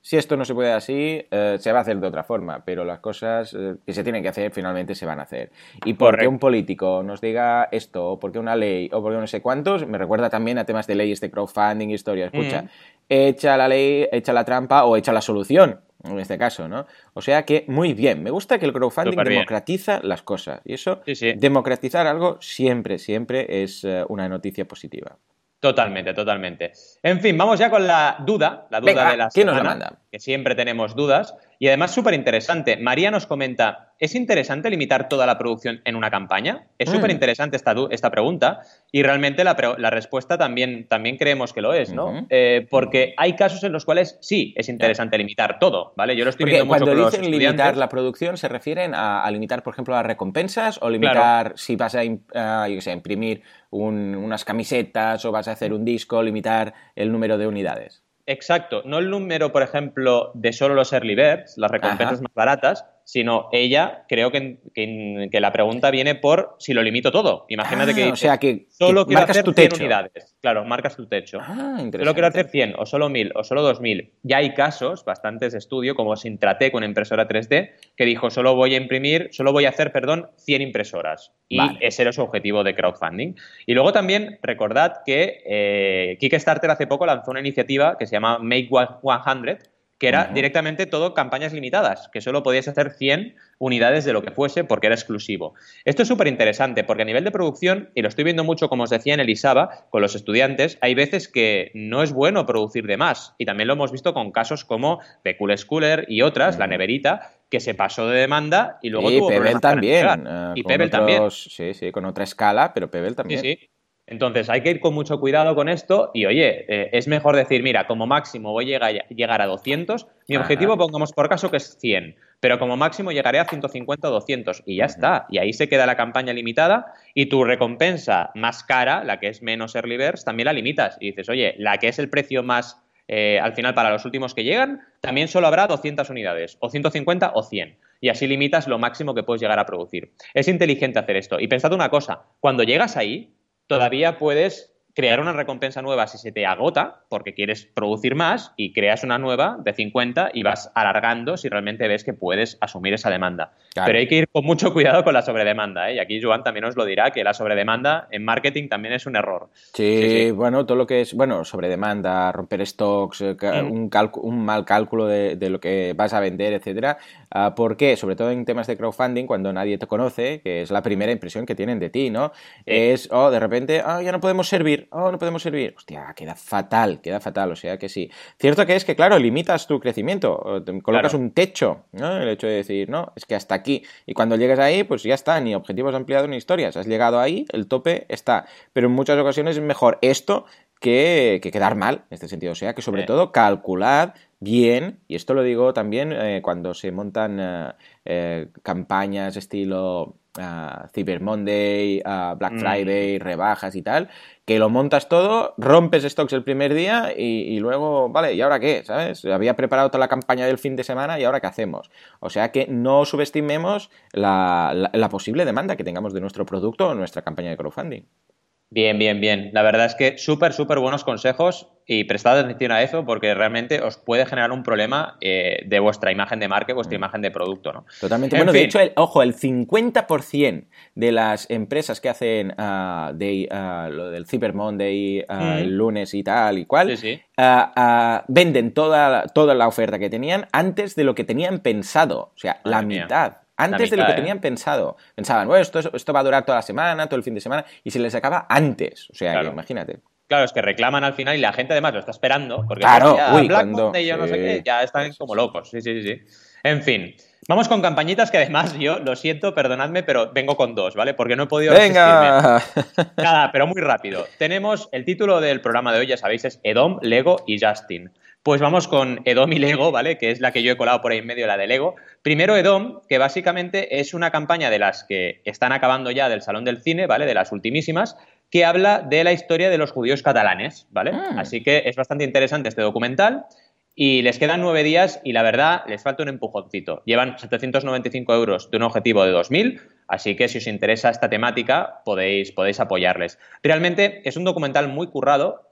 si esto no se puede así, eh, se va a hacer de otra forma, pero las cosas eh, que se tienen que hacer finalmente se van a hacer. Y porque un político nos diga esto, o porque una ley, o porque no sé cuántos, me recuerda también a temas de leyes de crowdfunding, historia. Escucha, mm. echa la ley, echa la trampa o echa la solución, en este caso, ¿no? O sea que, muy bien, me gusta que el crowdfunding Super democratiza bien. las cosas. Y eso, sí, sí. democratizar algo siempre, siempre es uh, una noticia positiva. Totalmente, totalmente. En fin, vamos ya con la duda, la duda Venga, de la ¿quién semana, nos la manda? Que siempre tenemos dudas. Y además súper interesante. María nos comenta, ¿es interesante limitar toda la producción en una campaña? Es súper interesante esta, esta pregunta y realmente la, la respuesta también, también creemos que lo es, ¿no? Uh-huh. Eh, porque hay casos en los cuales sí es interesante yeah. limitar todo, ¿vale? Yo lo estoy porque viendo mucho con los cuando dicen limitar la producción, ¿se refieren a, a limitar, por ejemplo, las recompensas o limitar claro. si vas a, uh, yo qué sé, imprimir un, unas camisetas o vas a hacer un disco, limitar el número de unidades? Exacto, no el número, por ejemplo, de solo los early birds, las recompensas Ajá. más baratas, sino ella, creo que, que, que la pregunta viene por si lo limito todo. Imagínate ah, que dices, o sea que, solo que quiero marcas hacer tu cien techo. unidades. Claro, marcas tu techo. Ah, interesante. Solo quiero hacer cien, o solo mil, o solo dos mil. Ya hay casos, bastantes de estudio, como Sintratec, una impresora tres D, que dijo, solo voy a imprimir, solo voy a hacer, perdón, cien impresoras. Y vale. ese era su objetivo de crowdfunding. Y luego también recordad que eh, Kickstarter hace poco lanzó una iniciativa que se llama Make cien, que era uh-huh. directamente todo campañas limitadas, que solo podías hacer cien unidades de lo que fuese porque era exclusivo. Esto es súper interesante porque a nivel de producción, y lo estoy viendo mucho, como os decía, en el ISABA, con los estudiantes, hay veces que no es bueno producir de más. Y también lo hemos visto con casos como The Cool Schooler y otras, uh-huh. la neverita, que se pasó de demanda y luego y tuvo Pebble también. Uh, y Pebble otros, también. Sí, sí, con otra escala, pero Pebble también. Sí, sí. Entonces hay que ir con mucho cuidado con esto y, oye, eh, es mejor decir, mira, como máximo voy a llegar, llegar a doscientos, mi Ajá. objetivo, pongamos por caso, que es cien, pero como máximo llegaré a ciento cincuenta o doscientos y ya uh-huh. está. Y ahí se queda la campaña limitada y tu recompensa más cara, la que es menos early birds, también la limitas. Y dices, oye, la que es el precio más, eh, al final, para los últimos que llegan, también solo habrá doscientas unidades, o ciento cincuenta o cien. Y así limitas lo máximo que puedes llegar a producir. Es inteligente hacer esto. Y pensad una cosa, cuando llegas ahí, todavía puedes crear una recompensa nueva si se te agota, porque quieres producir más, y creas una nueva de cincuenta y vas alargando si realmente ves que puedes asumir esa demanda. Claro. Pero hay que ir con mucho cuidado con la sobredemanda, ¿eh? Y aquí Joan también os lo dirá, que la sobredemanda en marketing también es un error. Sí, sí, sí. bueno, todo lo que es, bueno, sobredemanda, romper stocks, mm. un, calcu- un mal cálculo de, de lo que vas a vender, etcétera. Uh, ¿Por qué? Sobre todo en temas de crowdfunding, cuando nadie te conoce, que es la primera impresión que tienen de ti, ¿no? Sí. Es, oh, de repente, oh, ya no podemos servir, oh, no podemos servir. Hostia, queda fatal, queda fatal, o sea que sí. Cierto que es que, claro, limitas tu crecimiento, te colocas claro. un techo, ¿no? El hecho de decir, no, es que hasta aquí. Y cuando llegas ahí, pues ya está, ni objetivos ampliados ni historias. Has llegado ahí, el tope está. Pero en muchas ocasiones es mejor esto que, que quedar mal, en este sentido. O sea que, sobre sí. todo, calculad bien, y esto lo digo también eh, cuando se montan eh, eh, campañas estilo uh, Cyber Monday, uh, Black Friday, mm. rebajas y tal, que lo montas todo, rompes stocks el primer día y, y luego, vale, ¿y ahora qué? ¿Sabes? Había preparado toda la campaña del fin de semana y ¿ahora qué hacemos? O sea que no subestimemos la, la, la posible demanda que tengamos de nuestro producto o nuestra campaña de crowdfunding. Bien, bien, bien. La verdad es que súper, súper buenos consejos y prestad atención a eso porque realmente os puede generar un problema eh, de vuestra imagen de marca, vuestra mm. imagen de producto, ¿no? Totalmente. En bueno, fin. de hecho, el, ojo, el cincuenta por ciento de las empresas que hacen uh, de, uh, lo del Cyber Monday, uh, mm. el lunes y tal y cual, sí, sí. Uh, uh, venden toda, toda la oferta que tenían antes de lo que tenían pensado. O sea, Madre la mía. mitad. Antes mitad, de lo que ¿eh? tenían pensado. Pensaban, bueno, esto, esto va a durar toda la semana, todo el fin de semana, y se les acaba antes. O sea, claro. que imagínate. Claro, es que reclaman al final y la gente además lo está esperando. Porque claro, ya, uy, Black cuando... Monday, yo no sí, sé qué, ya están sí, como sí. locos. Sí, sí, sí, sí. En fin, vamos con campañitas que además yo, lo siento, perdonadme, pero vengo con dos, ¿vale? Porque no he podido ¡Venga! resistirme. Nada, pero muy rápido. Tenemos el título del programa de hoy, ya sabéis, es Edom, Lego y Justin. Pues vamos con Edom y Lego, ¿vale? Que es la que yo he colado por ahí en medio, la de Lego. Primero Edom, que básicamente es una campaña de las que están acabando ya del Salón del Cine, ¿vale? De las ultimísimas, que habla de la historia de los judíos catalanes, ¿vale? Mm. Así que es bastante interesante este documental y les quedan nueve días y la verdad les falta un empujoncito. Llevan setecientos noventa y cinco euros de un objetivo de dos mil, así que si os interesa esta temática podéis, podéis apoyarles. Realmente es un documental muy currado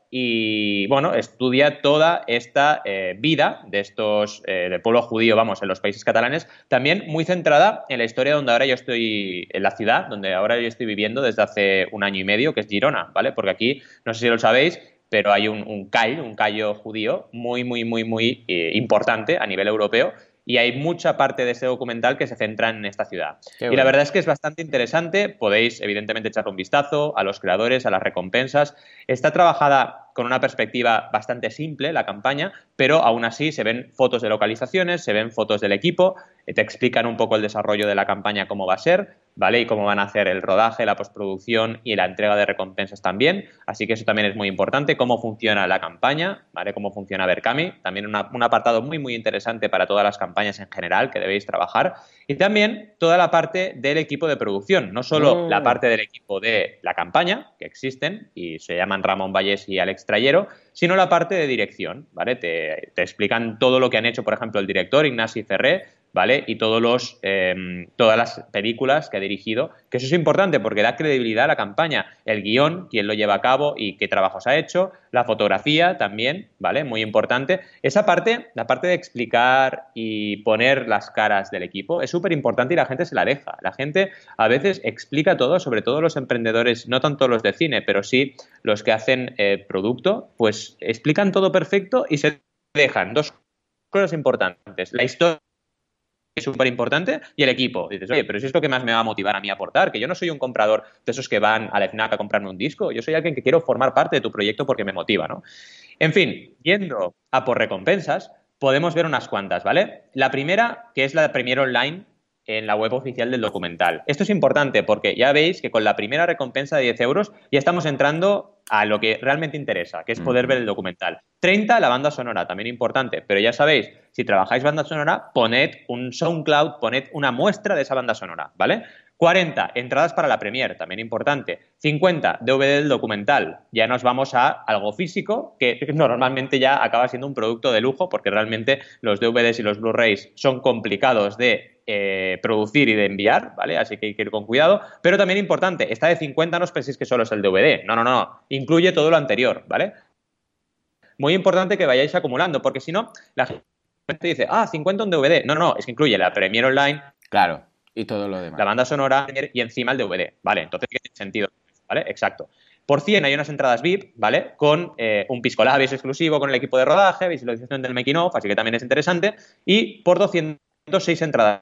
y, bueno, estudia toda esta eh, vida de estos, eh, del pueblo judío, vamos, en los países catalanes, también muy centrada en la historia donde ahora yo estoy, en la ciudad, donde ahora yo estoy viviendo desde hace un año y medio, que es Girona, ¿vale? Porque aquí, no sé si lo sabéis, pero hay un, un call, un callo judío muy, muy, muy, muy eh, importante a nivel europeo, y hay mucha parte de ese documental que se centra en esta ciudad. Qué y bueno. la verdad es que es bastante interesante, podéis evidentemente echarle un vistazo a los creadores, a las recompensas. Está trabajada con una perspectiva bastante simple la campaña, pero aún así se ven fotos de localizaciones, se ven fotos del equipo, te explican un poco el desarrollo de la campaña, cómo va a ser, ¿vale? Y cómo van a hacer el rodaje, la postproducción y la entrega de recompensas también. Así que eso también es muy importante, cómo funciona la campaña, ¿vale? Cómo funciona Berkami. También una, un apartado muy, muy interesante para todas las campañas en general que debéis trabajar. Y también toda la parte del equipo de producción, no solo Mm. la parte del equipo de la campaña, que existen y se llaman Ramón Vallés y Alex Trayero, sino la parte de dirección, ¿vale? Te, te explican todo lo que han hecho, por ejemplo, el director Ignasi Ferré, ¿vale? Y todos los, eh, todas las películas que ha dirigido, que eso es importante porque da credibilidad a la campaña. El guión, quién lo lleva a cabo y qué trabajos ha hecho, la fotografía también, ¿vale? Muy importante. Esa parte, la parte de explicar y poner las caras del equipo, es súper importante y la gente se la deja. La gente a veces explica todo, sobre todo los emprendedores, no tanto los de cine, pero sí los que hacen eh, producto, pues explican todo perfecto y se dejan dos cosas importantes. La historia es súper importante, y el equipo. Dices, oye, pero si es lo que más me va a motivar a mí a aportar, que yo no soy un comprador de esos que van a la FNAC a comprarme un disco, yo soy alguien que quiero formar parte de tu proyecto porque me motiva, ¿no? En fin, yendo a por recompensas, podemos ver unas cuantas, ¿vale? La primera, que es la Premiere Online en la web oficial del documental. Esto es importante porque ya veis que con la primera recompensa de diez euros ya estamos entrando a lo que realmente interesa, que es poder Ujú. ver el documental. treinta, la banda sonora, también importante, pero ya sabéis, si trabajáis banda sonora, poned un SoundCloud, poned una muestra de esa banda sonora, ¿vale? cuarenta, entradas para la Premiere, también importante. cincuenta, D V D del documental. Ya nos vamos a algo físico, que normalmente ya acaba siendo un producto de lujo, porque realmente los D V Ds y los Blu-rays son complicados de eh, producir y de enviar, ¿vale? Así que hay que ir con cuidado. Pero también importante, esta de cincuenta no os penséis que solo es el D V D. No, no, no. Incluye todo lo anterior, ¿vale? Muy importante que vayáis acumulando, porque si no, la gente dice, ah, cincuenta un D V D. No, no, es que incluye la Premiere Online, Claro, y todo lo demás. la banda sonora y encima el D V D, ¿vale? Entonces tiene sentido, ¿vale? Exacto. Por cien hay unas entradas V I P, ¿vale? Con eh, un Pisco Labs exclusivo con el equipo de rodaje, visualización del making of, así que también es interesante. Y por doscientos seis entradas.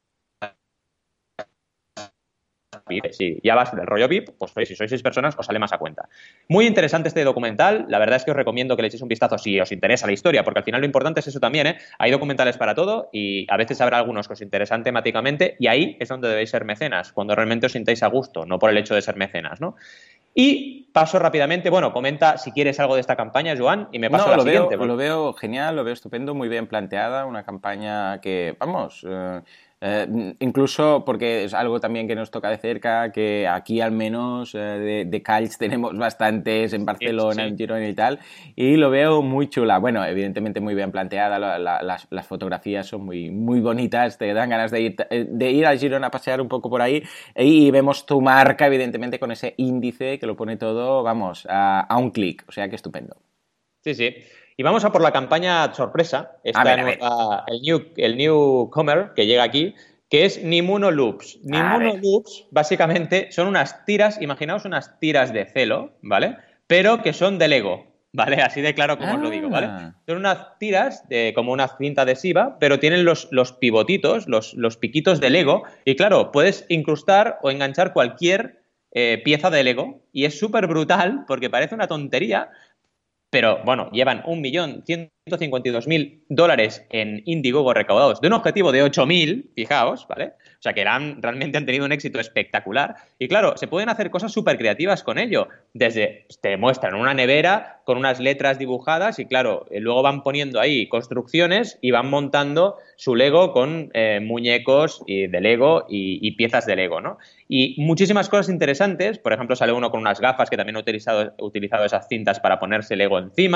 Si ya vas del rollo V I P, pues si sois seis personas os sale más a cuenta. Muy interesante este documental, la verdad es que os recomiendo que le echéis un vistazo si os interesa la historia, porque al final lo importante es eso también, ¿eh? Hay documentales para todo y a veces habrá algunos que os interesan temáticamente y ahí es donde debéis ser mecenas, cuando realmente os sintáis a gusto, no por el hecho de ser mecenas, ¿no? Y paso rápidamente, bueno, comenta si quieres algo de esta campaña, Joan, y me paso No, a la lo siguiente. veo, Porque... lo veo genial, lo veo estupendo, muy bien planteada, una campaña que, vamos, eh, eh, incluso porque es algo también que nos toca de cerca, que aquí al menos eh, de, de Calls tenemos bastantes en Barcelona, Sí, sí. en Girona y tal, y lo veo muy chula. Bueno, evidentemente muy bien planteada, la, la, las, las fotografías son muy, muy bonitas, te dan ganas de ir, de ir a Girona a pasear un poco por ahí, y vemos tu marca, evidentemente, con ese índice que lo pone todo, vamos, a, a un clic, o sea que estupendo. Sí, sí. Y vamos a por la campaña sorpresa, A esta ver, a ver. nueva, el, new, el newcomer que llega aquí, que es Nimuno Loops. A Nimuno ver. Loops, básicamente, son unas tiras, imaginaos unas tiras de celo, ¿vale? Pero que son de Lego, ¿vale? Así de claro como os lo digo, ¿vale? Ah. Son unas tiras de, como una cinta adhesiva, pero tienen los, los pivotitos, los, los piquitos de Lego, y claro, puedes incrustar o enganchar cualquier eh, pieza de Lego, y es súper brutal porque parece una tontería, pero bueno, llevan un millón ciento cincuenta y dos mil dólares en Indiegogo recaudados de un objetivo de ocho mil, fijaos, ¿vale? O sea que han, realmente han tenido un éxito espectacular. Y claro, se pueden hacer cosas súper creativas con ello. Desde, te muestran una nevera con unas letras dibujadas y claro, luego van poniendo ahí construcciones y van montando su Lego con eh, muñecos y de Lego y, y piezas de Lego, ¿no? Y muchísimas cosas interesantes. Por ejemplo, sale uno con unas gafas que también ha utilizado, ha utilizado esas cintas para ponerse Lego encima.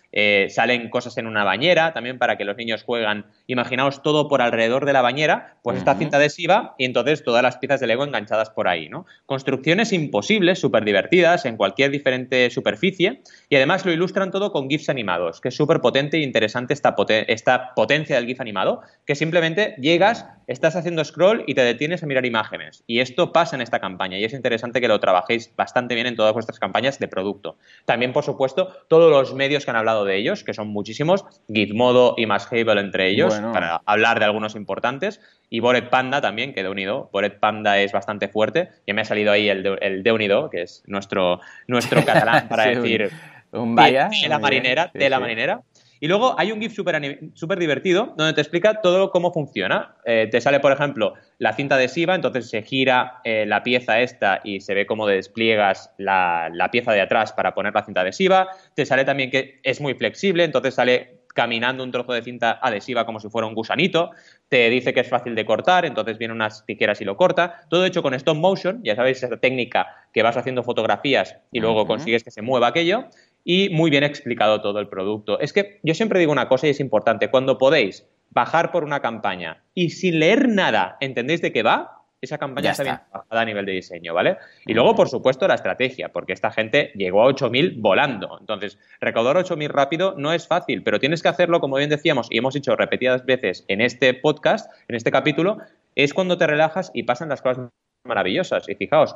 eh, salen cosas en una bañera, también para que los niños juegan. Imaginaos todo por alrededor de la bañera, pues esta cinta adhesiva y entonces todas las piezas de Lego enganchadas por ahí, ¿no? Construcciones imposibles, súper divertidas, en cualquier diferente superficie, y además lo ilustran todo con GIFs animados, que es súper potente e interesante esta, poten esta potencia del GIF animado, que simplemente llegas, estás haciendo scroll y te detienes a mirar imágenes. Y esto pasa en esta campaña, y es interesante que lo trabajéis bastante bien en todas vuestras campañas de producto. También, por supuesto, todos los medios que han hablado de ellos, que son muchísimos, Gizmodo y Mashable entre ellos, bueno, para hablar de algunos importantes, y Bored Panda también, que de unido. Bored Panda es bastante fuerte, ya me ha salido ahí el de, el de unido, que es nuestro, nuestro catalán para sí, decir un, un vaya, tela marinera, sí, tela sí. marinera. Y luego hay un GIF súper divertido donde te explica todo cómo funciona. Eh, te sale, por ejemplo, la cinta adhesiva, entonces se gira eh, la pieza esta y se ve cómo despliegas la, la pieza de atrás para poner la cinta adhesiva. Te sale también que es muy flexible, entonces sale caminando un trozo de cinta adhesiva como si fuera un gusanito. Te dice que es fácil de cortar, entonces viene unas tijeras y lo corta. Todo hecho con stop motion, ya sabéis, esa técnica que vas haciendo fotografías y luego uh-huh. consigues que se mueva aquello. Y muy bien explicado todo el producto. Es que yo siempre digo una cosa y es importante. Cuando podéis bajar por una campaña y sin leer nada entendéis de qué va, esa campaña ya está bien trabajada a nivel de diseño, ¿vale? Y luego, por supuesto, la estrategia, porque esta gente llegó a ocho mil volando. Entonces, recaudar ocho mil rápido no es fácil, pero tienes que hacerlo, como bien decíamos, y hemos dicho repetidas veces en este podcast, en este capítulo, es cuando te relajas y pasan las cosas maravillosas. Y fijaos,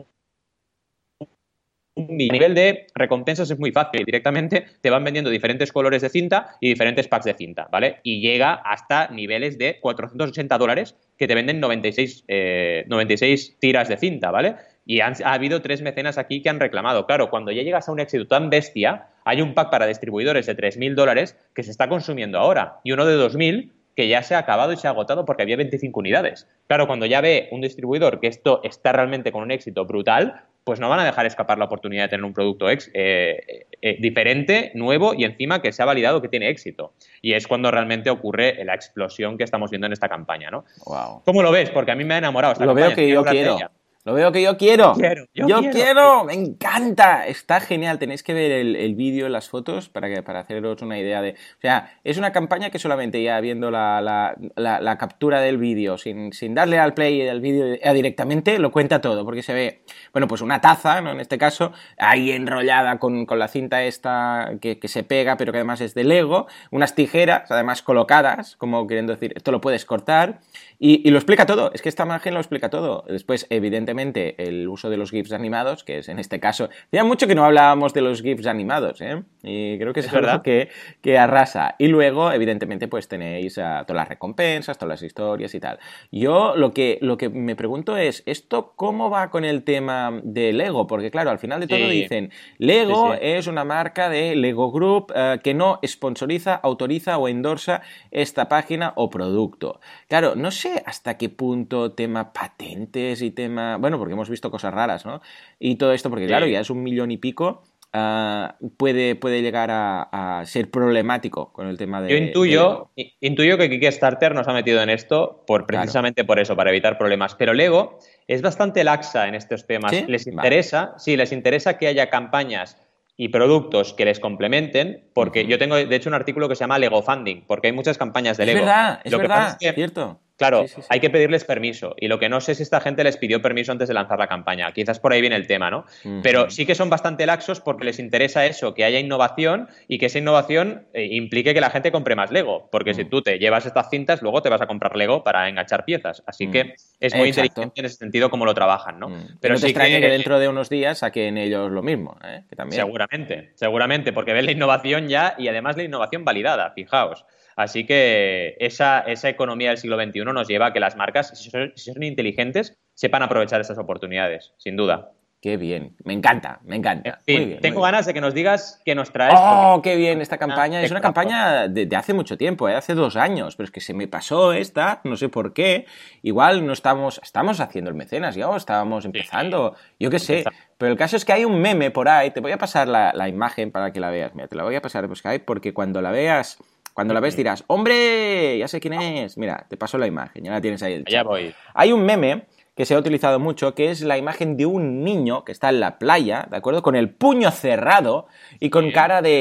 mi nivel de recompensas es muy fácil. Directamente te van vendiendo diferentes colores de cinta y diferentes packs de cinta, ¿vale? Y llega hasta niveles de cuatrocientos ochenta dólares que te venden noventa y seis, eh, noventa y seis tiras de cinta, ¿vale? Y han, ha habido tres mecenas aquí que han reclamado. Claro, cuando ya llegas a un éxito tan bestia, hay un pack para distribuidores de tres mil dólares que se está consumiendo ahora y uno de dos mil que ya se ha acabado y se ha agotado porque había veinticinco unidades. Claro, cuando ya ve un distribuidor que esto está realmente con un éxito brutal, pues no van a dejar escapar la oportunidad de tener un producto ex, eh, eh, diferente, nuevo y encima que se ha validado que tiene éxito. Y es cuando realmente ocurre la explosión que estamos viendo en esta campaña, ¿no? Wow. ¿Cómo lo ves? Porque a mí me ha enamorado esta lo campaña. Lo veo que yo quiero. Lo veo que yo quiero. Quiero, yo, yo quiero. quiero. Me encanta. Está genial. Tenéis que ver el, el vídeo, las fotos, para que para haceros una idea de... O sea, es una campaña que solamente ya viendo la, la, la, la captura del vídeo, sin, sin darle al play del vídeo directamente, lo cuenta todo. Porque se ve, bueno, pues una taza, ¿no? En este caso, ahí enrollada con, con la cinta esta que, que se pega, pero que además es de Lego. Unas tijeras, además colocadas, como queriendo decir, esto lo puedes cortar. Y, y lo explica todo. Es que esta imagen lo explica todo. Después, evidentemente, el uso de los GIFs animados, que es en este caso... Hacía mucho que no hablábamos de los GIFs animados, ¿eh? Y creo que es, es algo que, que arrasa. Y luego, evidentemente, pues tenéis uh, todas las recompensas, todas las historias y tal. Yo lo que, lo que me pregunto es, ¿esto cómo va con el tema de Lego? Porque, claro, al final de todo sí. dicen, Lego sí, sí. es una marca de Lego Group uh, que no sponsoriza, autoriza o endorsa esta página o producto. Claro, no sé hasta qué punto tema patentes y tema... Bueno, porque hemos visto cosas raras, ¿no? Y todo esto, porque claro, ya es un millón y pico, uh, puede, puede llegar a, a ser problemático con el tema de... Yo intuyo, de intuyo que Kickstarter nos ha metido en esto por precisamente claro. por eso, para evitar problemas. Pero Lego es bastante laxa en estos temas. ¿Sí? Les interesa, vale. sí, les interesa que haya campañas y productos que les complementen, porque uh-huh. yo tengo, de hecho, un artículo que se llama Lego Funding, porque hay muchas campañas de es Lego. Verdad, es Lo verdad, que pasa es que, cierto. Claro, sí, sí, sí. hay que pedirles permiso. Y lo que no sé es si esta gente les pidió permiso antes de lanzar la campaña. Quizás por ahí viene el tema, ¿no? Uh-huh. Pero sí que son bastante laxos porque les interesa eso, que haya innovación y que esa innovación eh, implique que la gente compre más Lego. Porque uh-huh. si tú te llevas estas cintas, luego te vas a comprar Lego para enganchar piezas. Así uh-huh. que es muy Exacto. inteligente en ese sentido como lo trabajan, ¿no? Uh-huh. Pero no te sí extraña que, que dentro de unos días saquen ellos lo mismo, ¿eh? Que también. Seguramente, seguramente, porque ven la innovación ya y además la innovación validada, fijaos. Así que esa, esa economía del siglo veintiuno nos lleva a que las marcas, si son, si son inteligentes, sepan aprovechar esas oportunidades, sin duda. Qué bien, me encanta, me encanta. En fin, muy bien, tengo muy bien. ganas de que nos digas qué nos traes. ¡Oh, qué bien! Esta campaña es una campaña de, de hace mucho tiempo, ¿eh? Hace dos años, pero es que se me pasó esta, no sé por qué. Igual no estamos, estamos haciendo el mecenas ya o estábamos empezando, sí, yo qué sé. Pero el caso es que hay un meme por ahí, te voy a pasar la, la imagen para que la veas. Mira, te la voy a pasar por Skype porque cuando la veas... Cuando la ves dirás, ¡hombre! Ya sé quién es. Mira, te paso la imagen, ya la tienes ahí. El Allá voy. Hay un meme que se ha utilizado mucho, que es la imagen de un niño que está en la playa, ¿de acuerdo? Con el puño cerrado y con sí. cara de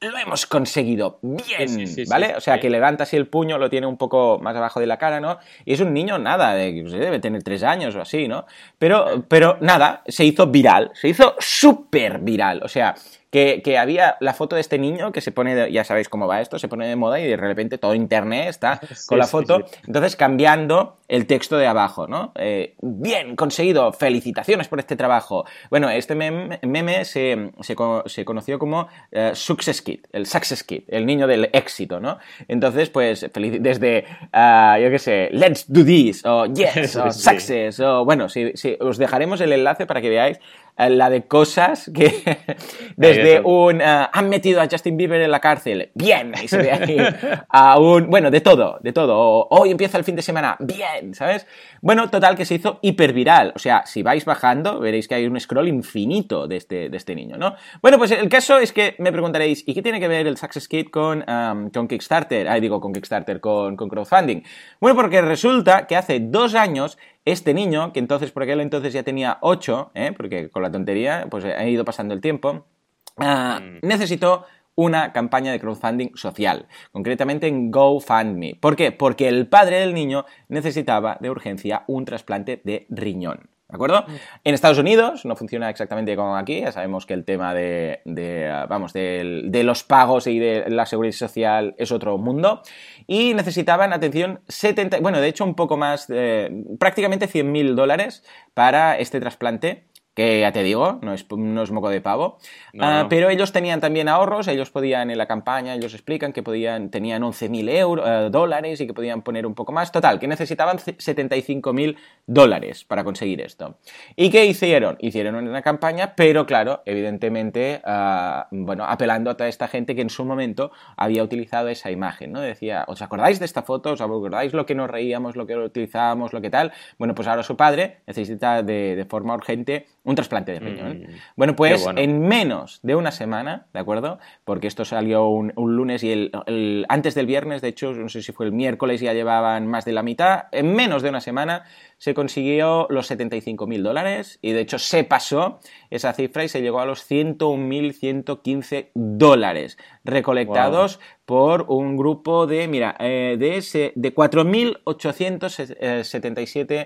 lo hemos conseguido bien, sí, sí, sí, ¿vale? sí, o sea, sí. que levanta así el puño, lo tiene un poco más abajo de la cara, ¿no? Y es un niño, nada, de, no sé, debe tener tres años o así, ¿no? Pero, pero nada, se hizo viral, se hizo súper viral, o sea... Que, que había la foto de este niño que se pone, de, ya sabéis cómo va esto, se pone de moda y de repente todo internet está Sí, con la sí, foto, sí. entonces cambiando el texto de abajo, ¿no? Eh, bien conseguido, felicitaciones por este trabajo. Bueno, este meme, meme se, se, se conoció como uh, Success Kid, el Success Kid, el niño del éxito, ¿no? Entonces, pues, desde, uh, yo qué sé, let's do this, o yes, o Sí, sí. success, o bueno, sí, sí, os dejaremos el enlace para que veáis la de cosas que desde un uh, han metido a Justin Bieber en la cárcel, bien, y se ve ahí a un, bueno, de todo, de todo, o, hoy empieza el fin de semana, bien, ¿sabes? Bueno, total que se hizo hiperviral, o sea, si vais bajando veréis que hay un scroll infinito de este, de este niño, ¿no? Bueno, pues el caso es que me preguntaréis, ¿y qué tiene que ver el Success Kid con, um, con Kickstarter? Ah, digo, con Kickstarter, con, con crowdfunding. Bueno, porque resulta que hace dos años este niño, que entonces por aquel entonces ya tenía ocho, ¿eh? Porque con la tontería pues ha ido pasando el tiempo, uh, mm. necesitó una campaña de crowdfunding social, concretamente en GoFundMe. ¿Por qué? Porque el padre del niño necesitaba de urgencia un trasplante de riñón. ¿De acuerdo? En Estados Unidos no funciona exactamente como aquí, ya sabemos que el tema de, de vamos, de, de los pagos y de la seguridad social es otro mundo, y necesitaban, atención, setenta, bueno, de hecho un poco más, eh, prácticamente cien mil dólares para este trasplante, que ya te digo, no es, no es moco de pavo, no, uh, no. Pero ellos tenían también ahorros, ellos podían en la campaña, ellos explican que podían, tenían once mil euros, uh, dólares y que podían poner un poco más, total, que necesitaban setenta y cinco mil dólares para conseguir esto. ¿Y qué hicieron? Hicieron una campaña, pero claro, evidentemente, uh, bueno, apelando a toda esta gente que en su momento había utilizado esa imagen, ¿no? Decía, ¿os acordáis de esta foto? ¿Os acordáis lo que nos reíamos, lo que lo utilizábamos, lo que tal? Bueno, pues ahora su padre necesita de, de forma urgente un trasplante de riñón. Mm, bueno, pues bueno. En menos de una semana, ¿de acuerdo? Porque esto salió un, un lunes y el, el, antes del viernes, de hecho, no sé si fue el miércoles, ya llevaban más de la mitad. En menos de una semana se consiguió los setenta y cinco mil dólares y de hecho se pasó esa cifra y se llegó a los ciento un mil ciento quince dólares recolectados wow. por un grupo de, mira, eh, de, de cuatro mil ochocientos sesenta y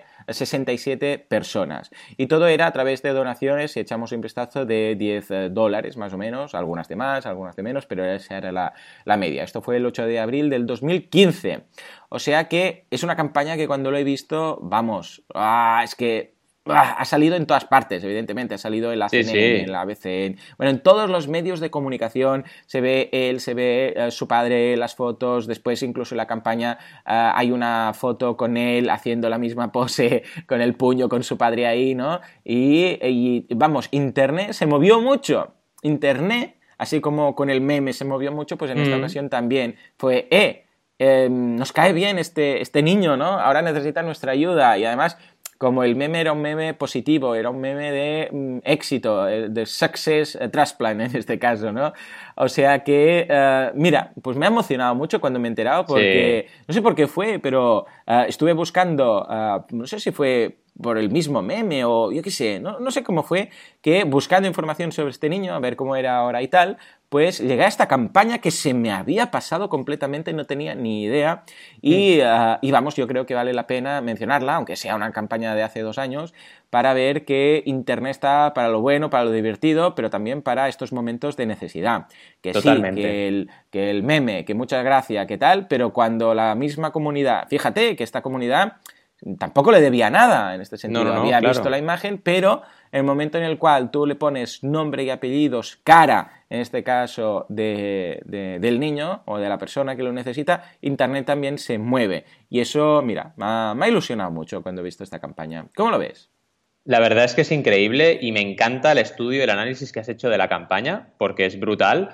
siete personas. Y todo era a través de donaciones, si echamos un vistazo, de diez dólares más o menos, algunas de más, algunas de menos, pero esa era la, la media. Esto fue el ocho de abril del dos mil quince. O sea que es una campaña que cuando lo he visto, vamos, ah, es que ah, ha salido en todas partes, evidentemente, ha salido en la C N N, sí, sí. en la A B C N, bueno, en todos los medios de comunicación se ve él, se ve eh, su padre, las fotos, después incluso en la campaña eh, hay una foto con él haciendo la misma pose con el puño con su padre ahí, ¿no? Y, y vamos, Internet se movió mucho, Internet, así como con el meme se movió mucho, pues en esta mm. ocasión también fue, eh, Eh, nos cae bien este, este niño, ¿no? Ahora necesita nuestra ayuda y además como el meme era un meme positivo, era un meme de mm, éxito, de success transplant en este caso, ¿no? O sea que, uh, mira, pues me ha emocionado mucho cuando me he enterado porque, sí. no sé por qué fue, pero uh, estuve buscando, uh, no sé si fue por el mismo meme o yo qué sé, no, no sé cómo fue, que buscando información sobre este niño, a ver cómo era ahora y tal, pues llegué a esta campaña que se me había pasado completamente, no tenía ni idea y, mm. uh, y vamos, yo creo que vale la pena mencionarla, aunque sea una campaña de hace dos años, para ver que Internet está para lo bueno, para lo divertido, pero también para estos momentos de necesidad. Que Totalmente. sí, que el, que el meme, que muchas gracias, que tal, pero cuando la misma comunidad, fíjate que esta comunidad tampoco le debía nada en este sentido, no, no, no, había claro. visto la imagen, pero en el momento en el cual tú le pones nombre y apellidos, cara, en este caso de, de, del niño o de la persona que lo necesita, Internet también se mueve. Y eso, mira, me ha, me ha ilusionado mucho cuando he visto esta campaña. ¿Cómo lo ves? La verdad es que es increíble y me encanta el estudio y el análisis que has hecho de la campaña, porque es brutal.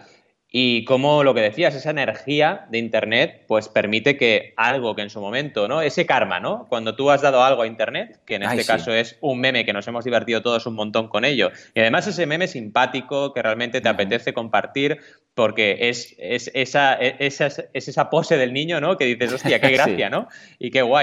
Y como lo que decías, esa energía de Internet, pues permite que algo que en su momento, ¿no? Ese karma, ¿no? Cuando tú has dado algo a Internet, que en este Ay, caso sí. es un meme que nos hemos divertido todos un montón con ello, y además ese meme simpático que realmente te uh-huh. apetece compartir porque es, es, esa, es, esa, es esa pose del niño, ¿no? Que dices, hostia, qué gracia, sí. ¿no? Y qué guay.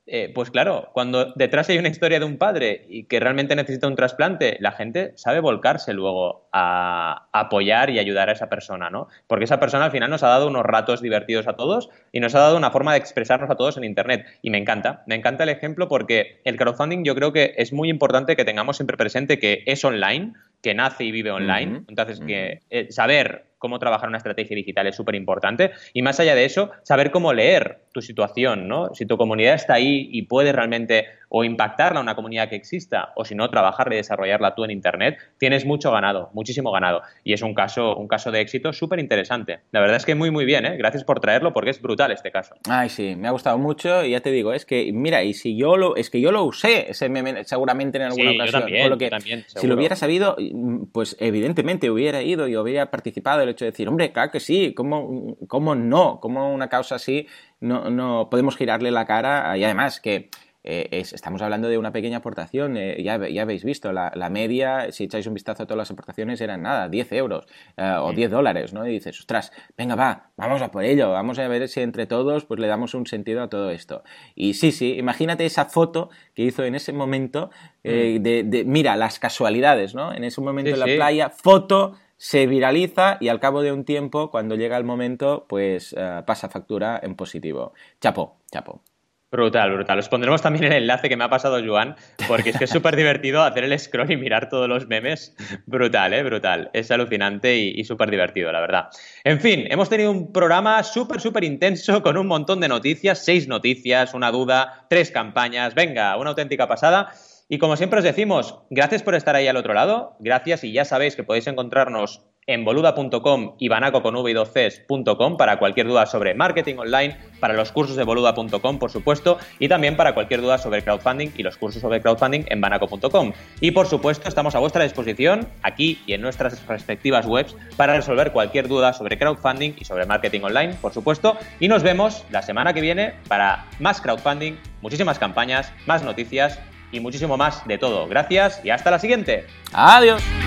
Eh, pues claro, cuando detrás hay una historia de un padre y que realmente necesita un trasplante, la gente sabe volcarse luego a, a apoyar y ayudar a esa persona, ¿no? Porque esa persona al final nos ha dado unos ratos divertidos a todos y nos ha dado una forma de expresarnos a todos en Internet. Y me encanta, me encanta el ejemplo porque el crowdfunding yo creo que es muy importante que tengamos siempre presente que es online, que nace y vive online. Uh-huh. Entonces, uh-huh. que eh, saber cómo trabajar una estrategia digital es súper importante. Y más allá de eso, saber cómo leer tu situación, ¿no? Si tu comunidad está ahí y puede realmente o impactarla a una comunidad que exista, o si no, trabajarla y desarrollarla tú en Internet, tienes mucho ganado, muchísimo ganado. Y es un caso, un caso de éxito súper interesante. La verdad es que muy, muy bien, ¿eh? Gracias por traerlo porque es brutal este caso. Ay, sí, me ha gustado mucho y ya te digo, es que, mira, y si yo lo, es que yo lo usé ese meme seguramente en alguna sí, ocasión. Yo también, con lo que, yo también, si lo hubiera sabido, pues evidentemente hubiera ido y hubiera participado. El hecho de decir, hombre, claro que sí, ¿cómo, cómo no? ¿Cómo una causa así no, no podemos girarle la cara? Y además que eh, es, estamos hablando de una pequeña aportación, eh, ya, ya habéis visto, la, la media, si echáis un vistazo a todas las aportaciones, eran nada, diez euros eh, o diez dólares, ¿no? Y dices, ostras, venga, va, vamos a por ello, vamos a ver si entre todos pues le damos un sentido a todo esto. Y sí, sí, imagínate esa foto que hizo en ese momento, eh, de, de, mira, las casualidades, ¿no? En ese momento sí, en la sí. playa, foto, se viraliza y al cabo de un tiempo, cuando llega el momento, pues uh, pasa factura en positivo. Chapo, chapo. Brutal, brutal. Os pondremos también el enlace que me ha pasado Joan, porque es que es súper divertido hacer el scroll y mirar todos los memes. Brutal, ¿eh? Brutal. Es alucinante y, y súper divertido, la verdad. En fin, hemos tenido un programa súper, súper intenso con un montón de noticias, seis noticias, una duda, tres campañas. Venga, una auténtica pasada. Y como siempre os decimos, gracias por estar ahí al otro lado, gracias y ya sabéis que podéis encontrarnos en boluda punto com y banaco con v y dos ces punto com para cualquier duda sobre marketing online, para los cursos de boluda punto com, por supuesto, y también para cualquier duda sobre crowdfunding y los cursos sobre crowdfunding en banaco punto com. Y por supuesto, estamos a vuestra disposición aquí y en nuestras respectivas webs para resolver cualquier duda sobre crowdfunding y sobre marketing online, por supuesto, y nos vemos la semana que viene para más crowdfunding, muchísimas campañas, más noticias y muchísimo más de todo. Gracias y hasta la siguiente. Adiós.